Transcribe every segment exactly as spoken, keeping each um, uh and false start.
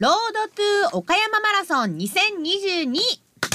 ロードトゥ岡山マラソンにせんにじゅうに。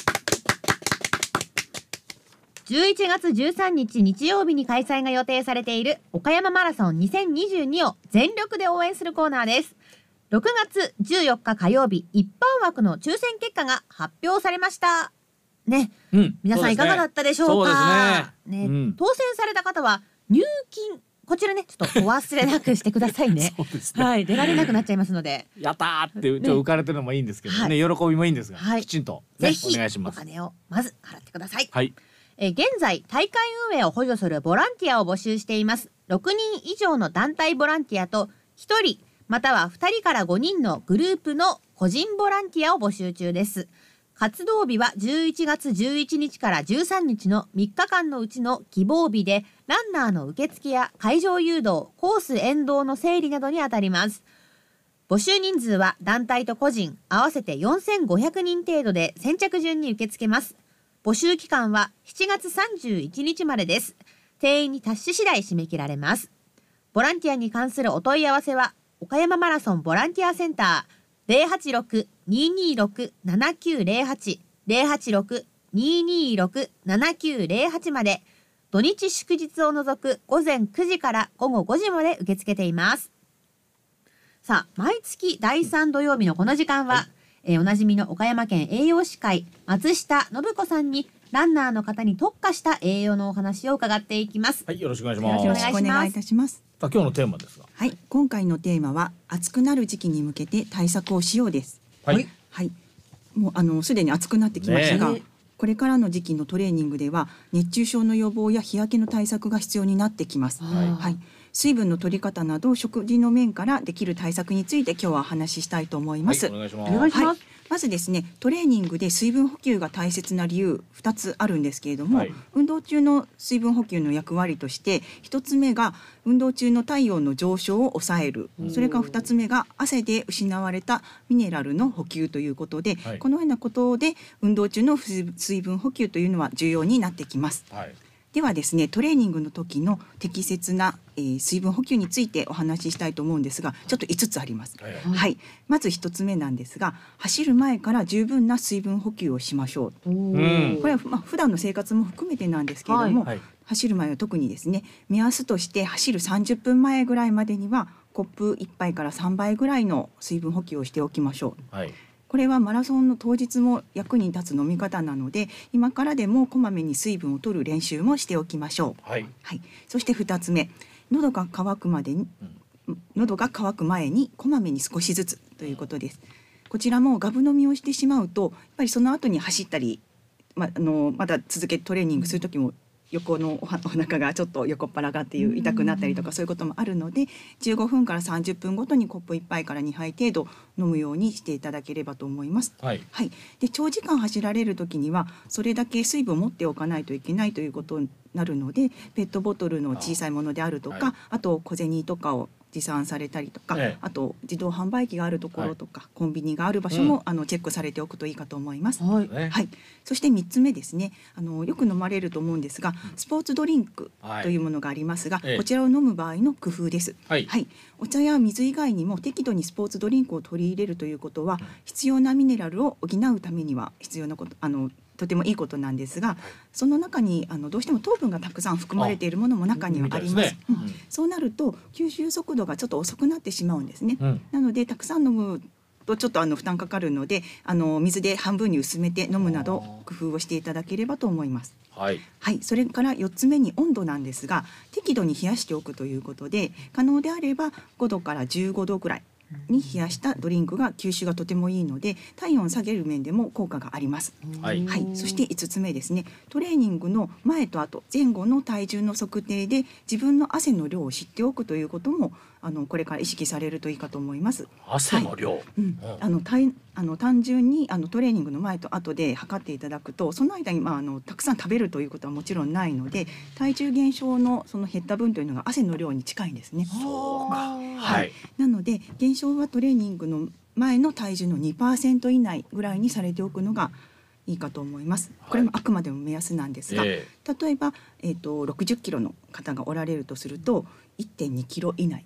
じゅういちがつじゅうさんにち日曜日に開催が予定されている岡山マラソンにせんにじゅうにを全力で応援するコーナーです。ろくがつじゅうよっか火曜日、一般枠の抽選結果が発表されましたね、うん、皆さんいかがだったでしょうか。 そうですね、 ね、 うん、 当選された方は入金、こちらねちょっとお忘れなくしてくださいね。 そうですね、 はい、出られなくなっちゃいますので、 やったーってちょっと浮かれてるのもいいんですけどね、ね、はい、喜びもいいんですが、はい、きちんと、ね、 ぜひお願いします。 お金をまず払ってください。 はい、 え現在大会運営を補助するボランティアを募集しています。ろくにん以上の団体ボランティアとひとりまたはふたりからごにんのグループの個人ボランティアを募集中です。活動日はじゅういちがつじゅういちにちからじゅうさんにちのみっかかんのうちの希望日で、ランナーの受付や会場誘導、コース沿道の整理などにあたります。募集人数は団体と個人合わせてよんせんごひゃくにん程度で先着順に受け付けます。募集期間はしちがつさんじゅういちにちまでです。定員に達し次第締め切られます。ボランティアに関するお問い合わせは岡山マラソンボランティアセンター ゼロはちろく にーにーろく ななきゅうゼロはち ゼロはちろく にーにーろく ななきゅうゼロはち まで、土日祝日を除く午前くじから午後ごじまで受け付けています。さあ、毎月だいさん土曜日のこの時間は、はい、えー、おなじみの岡山県栄養士会松下信子さんにランナーの方に特化した栄養のお話を伺っていきます。 はい、よろしくお願いします。 よろしくお願いいたします。 さあ、今日のテーマですが、 はい、今回のテーマは暑くなる時期に向けて対策をしようです。 はい、 はい、もうあのすでに暑くなってきましたが、ね、これからの時期のトレーニングでは熱中症の予防や日焼けの対策が必要になってきます。はいはい、水分の取り方など食事の面からできる対策について今日はお話ししたいと思います。 はい、お願いします。お願いします。 はい、まずですね、トレーニングで水分補給が大切な理由ふたつあるんですけれども、はい、運動中の水分補給の役割としてひとつめが運動中の体温の上昇を抑える、それからふたつめが汗で失われたミネラルの補給ということで、はい、このようなことで運動中の水分補給というのは重要になってきます。はい、ではですね、トレーニングの時の適切な、えー、水分補給についてお話ししたいと思うんですが、ちょっといつつあります。はい、はい、まずひとつめなんですが、走る前から十分な水分補給をしましょう。これは、まあ、普段の生活も含めてなんですけれども、はい、走る前は特にですね、目安として走るさんじゅっぷんまえぐらいまでにはコップいっぱいからさんばいぐらいの水分補給をしておきましょう。はい、これはマラソンの当日も役に立つ飲み方なので、今からでもこまめに水分を取る練習もしておきましょう。はいはい、そしてふたつめ、喉が渇くまでに、うん、喉が渇く前にこまめに少しずつということです。こちらもガブ飲みをしてしまうと、やっぱりその後に走ったり、ま、あのまた続けてトレーニングする時も横のお腹がちょっと横っ腹がっていう痛くなったりとか、そういうこともあるので、じゅうごふんからさんじゅっぷんごとにコップいっぱいからにはい程度飲むようにしていただければと思います。はいはい、で長時間走られる時にはそれだけ水分を持っておかないといけないということになるので、ペットボトルの小さいものであるとか、 あ,、はい、あと小銭とかを持参されたりとか、ええ、あと自動販売機があるところとか、はい、コンビニがある場所も、うん、あのチェックされておくといいかと思います。はいはい、そしてみっつめですね、あのよく飲まれると思うんですが、スポーツドリンクというものがありますが、はい、こちらを飲む場合の工夫です。はいはい、お茶や水以外にも適度にスポーツドリンクを取り入れるということは、うん、必要なミネラルを補うためには必要なことあのとてもいいことなんですが、はい、その中にあのどうしても糖分がたくさん含まれているものも中にはあります。うんうん、そうなると吸収速度がちょっと遅くなってしまうんですね。うん、なのでたくさん飲むとちょっとあの負担かかるので、あの水で半分に薄めて飲むなど工夫をしていただければと思います。はいはい、それからよっつめに温度なんですが、適度に冷やしておくということで、可能であればごどからじゅうごどぐらいに冷やしたドリンクが吸収がとてもいいので、体温を下げる面でも効果があります。はいはい、そしていつつめですね、トレーニングの前と後前後の体重の測定で自分の汗の量を知っておくということも、あのこれから意識されるといいかと思います。 汗の量、はい、 うん、あの体あの単純にあのトレーニングの前と後で測っていただくと、その間に、まあ、あのたくさん食べるということはもちろんないので、体重減少のその減った分というのが汗の量に近いんですね。 そうか、 はい、なので減少はトレーニングの前の体重の にパーセント 以内ぐらいにされておくのがいいかと思います。これもあくまでも目安なんですが、はい、例えば、えーと、ろくじゅっキロの方がおられるとすると いってんにキロ以内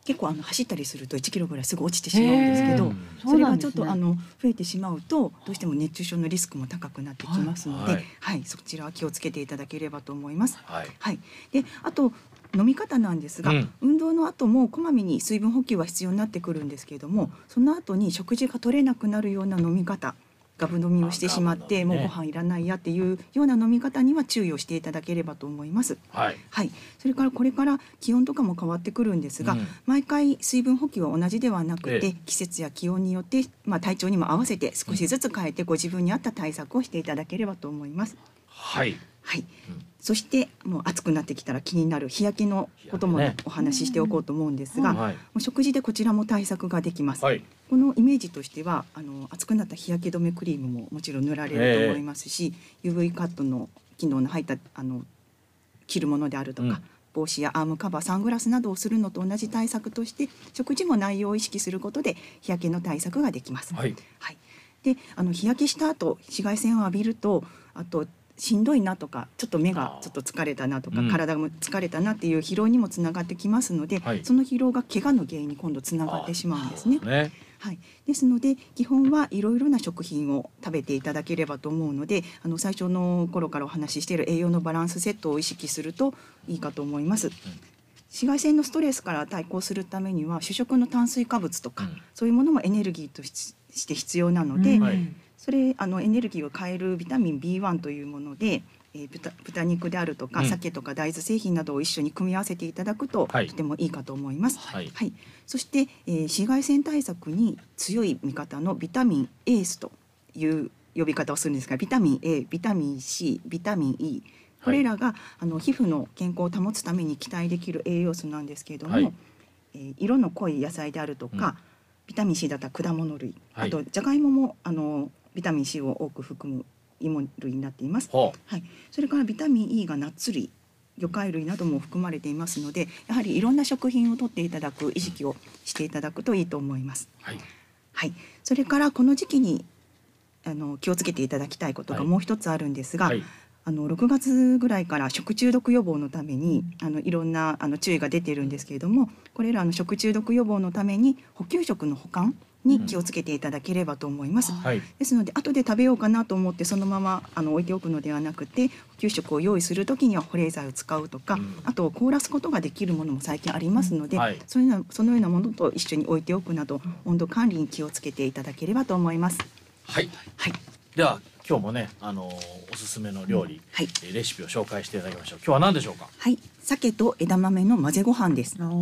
結構あの走ったりするといちキロぐらいすぐ落ちてしまうんですけど、それがちょっとあの増えてしまうとどうしても熱中症のリスクも高くなってきますので、はい、はい、そちらは気をつけていただければと思います。はい、はい、であと飲み方なんですが、うん、運動の後もこまめに水分補給は必要になってくるんですけれども、その後に食事が取れなくなるような飲み方、ガブ飲みをしてしまって、ね、もうご飯いらないやっていうような飲み方には注意をしていただければと思います。はい、はい、それからこれから気温とかも変わってくるんですが、うん、毎回水分補給は同じではなくて、ええ、季節や気温によって、まあ、体調にも合わせて少しずつ変えてご自分に合った対策をしていただければと思います。はい、はい、うん、そしてもう暑くなってきたら気になる日焼けのことも、ね、お話ししておこうと思うんですが、はい、もう食事でこちらも対策ができます。はい、このイメージとしてはあの暑くなった日焼け止めクリームももちろん塗られると思いますし、えー、ユーブイ カットの機能の入ったあの着るものであるとか、うん、帽子やアームカバー、サングラスなどをするのと同じ対策として食事も内容を意識することで日焼けの対策ができます。はい、はい、であの日焼けした後紫外線を浴びるとあとしんどいなとかちょっと目がちょっと疲れたなとか、うん、体も疲れたなっていう疲労にもつながってきますので、はい、その疲労が怪我の原因に今度つながってしまうんですね。はい、ですので基本はいろいろな食品を食べていただければと思うので、あの最初の頃からお話ししている栄養のバランスセットを意識するといいかと思います。うん、紫外線のストレスから対抗するためには主食の炭水化物とか、うん、そういうものもエネルギーとして必要なので、うん、はい、それあのエネルギーを変えるビタミン ビーワン というもので、えー、豚, 豚肉であるとか、うん、鮭とか大豆製品などを一緒に組み合わせていただくと、はい、とてもいいかと思います。はいはい、そして、えー、紫外線対策に強い味方のビタミン エースという呼び方をするんですが、ビタミン A、ビタミン C、ビタミン E、これらが、はい、あの皮膚の健康を保つために期待できる栄養素なんですけれども、はい、えー、色の濃い野菜であるとか、うん、ビタミン C だったら果物類、はい、あとじゃがいももあのビタミン C を多く含む芋類になっています。はあ、はい、それからビタミン E がナッツ類、魚介類なども含まれていますので、やはりいろんな食品を摂っていただく意識をしていただくといいと思います。はい、はい、それからこの時期にあの気をつけていただきたいことがもう一つあるんですが、はい、あのろくがつぐらいから食中毒予防のためにあのいろんなあの注意が出ているんですけれども、これらの食中毒予防のために補給食の保管に気をつけていただければと思います。はい、ですので後で食べようかなと思ってそのままあの置いておくのではなくて、補給食を用意するときには保冷剤を使うとか、うん、あと凍らすことができるものも最近ありますので、うん、はい、そういうのそのようなものと一緒に置いておくなど温度管理に気をつけていただければと思います。 はい、はい、では今日もね、あのー、おすすめの料理、うん、はい、レシピを紹介していただきましょう。今日は何でしょうか。 はい、鮭と枝豆の混ぜご飯です。 はい、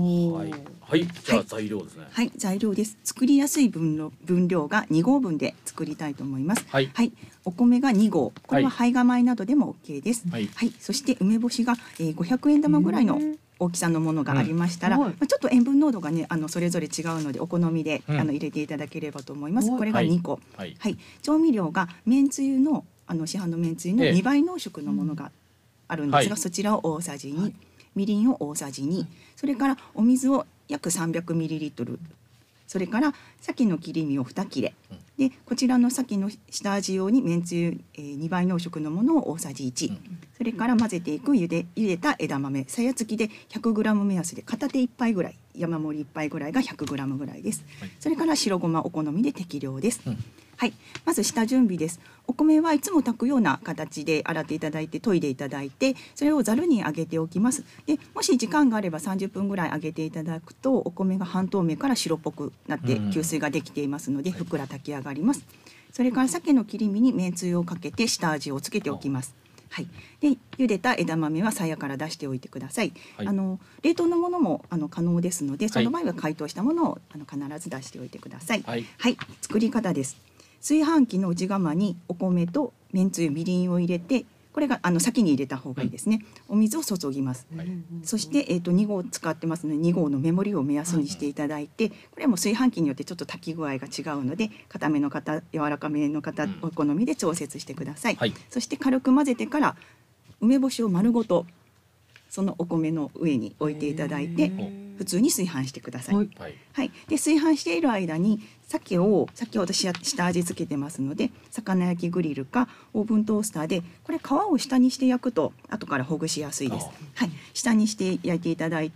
はい、じゃあ材料ですね。 はい、はい、材料です。作りやすい分の分量がに合分で作りたいと思います。はい、はい、お米がに合、これは胚芽米などでも OK です。はい、はい、そして梅干しが、えー、ごひゃくえん玉ぐらいの大きさのものがありましたら、うん、まあ、ちょっと塩分濃度がねあのそれぞれ違うのでお好みで、うん、あの入れていただければと思います。これがにこ、はいはい、調味料がめんつゆのあの市販のめんつゆのにばい濃縮のものがあるんですが、はい、そちらを大さじに、はい、みりんを大さじに、それからお水を約 さんびゃくミリリットル、それから鮭の切り身をに切れ、うん、でこちらの鮭の下味用にめんつゆ、えー、にばい濃縮のものを大さじいち、うん、それから混ぜていくゆで茹でた枝豆さやつきで ひゃくグラム 目安で片手いっぱいぐらい、山盛りいっぱいぐらいが ひゃくグラム ぐらいです。はい、それから白ごまお好みで適量です。うん、はい、まず下準備です。お米はいつも炊くような形で洗っていただいて研いでいただいて、それをざるにあげておきます。でもし時間があればさんじゅっぷんぐらいあげていただくとお米が半透明から白っぽくなって吸水ができていますので、ふっくら炊き上がります。それから鮭の切り身にめんつゆをかけて下味をつけておきます。はい、で茹でた枝豆は鞘から出しておいてください。はい、あの冷凍のものもあの可能ですので、その場合は解凍したものをあの必ず出しておいてください。はい、はい、作り方です。炊飯器の内釜にお米とめんつゆみりんを入れて、これがあの先に入れた方がいいですね。お水を注ぎます。はい、そして、えー、とに合使ってますのでに合の目盛りを目安にしていただいて、これはもう炊飯器によってちょっと炊き具合が違うので、固めの方柔らかめの方お好みで調節してください。はい、そして軽く混ぜてから梅干しを丸ごとそのお米の上に置いていただいて普通に炊飯してください。はい、はい、で炊飯している間に鮭を先ほど下味付けてますので、魚焼きグリルかオーブントースターでこれ皮を下にして焼くと後からほぐしやすいです。はい、下にして焼いていただいて、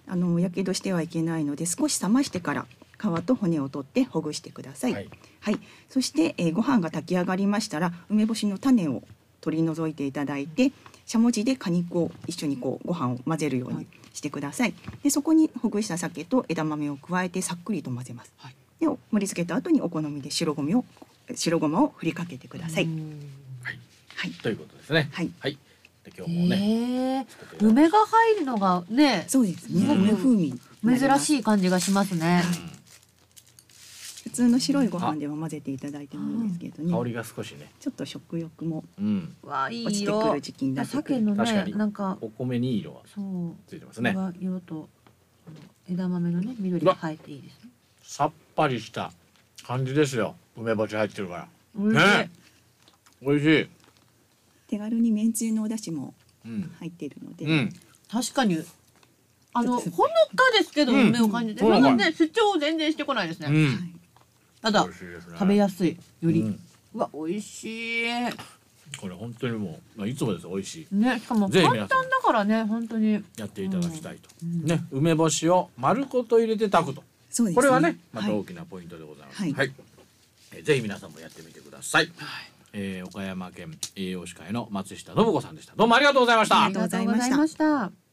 あのやけどしてはいけないので少し冷ましてから皮と骨を取ってほぐしてください。 はい、 はい、そして、えー、ご飯が炊き上がりましたら梅干しの種を取り除いていただいて、しゃもじで果肉を一緒にこうご飯を混ぜるようにしてください。でそこにほぐした鮭と枝豆を加えてさっくりと混ぜます。はい、で盛り付けた後にお好みで白ごみを白ごまを振りかけてください。 はい、はい、ということですね。 はい、 はい、で今日もね、 梅が入るのがね、 そうですね、梅風味珍しい感じがしますね。 普通の白いご飯では混ぜていただいてもいいんですけどね。 香りが少しね、 ちょっと食欲も落ちてくる時期になってくる。 鮭のね、なんかお米に色がついてますね。 色と枝豆のね緑が入っていいですね。 さっぱりした感じですよ。梅干し入ってるから。ね、美味しい。 手軽にめんつゆのお出汁も入っているので、 うん、 確かにあのほのかですけど梅を感じて、まだね主張全然してこないですね。ただ食べやすいより、うわ美味しい。 これ本当にもういつもです美味しい。 ね、しかも簡単だからね本当にやっていただきたいと。ね、梅干しを丸ごと入れて炊くと。 そうですね。 これはねまた大きなポイントでございます。はい。ぜひ皆さんもやってみてください。えー、岡山県栄養士会の松下信子さんでした。どうもありがとうございました。 ありがとうございました。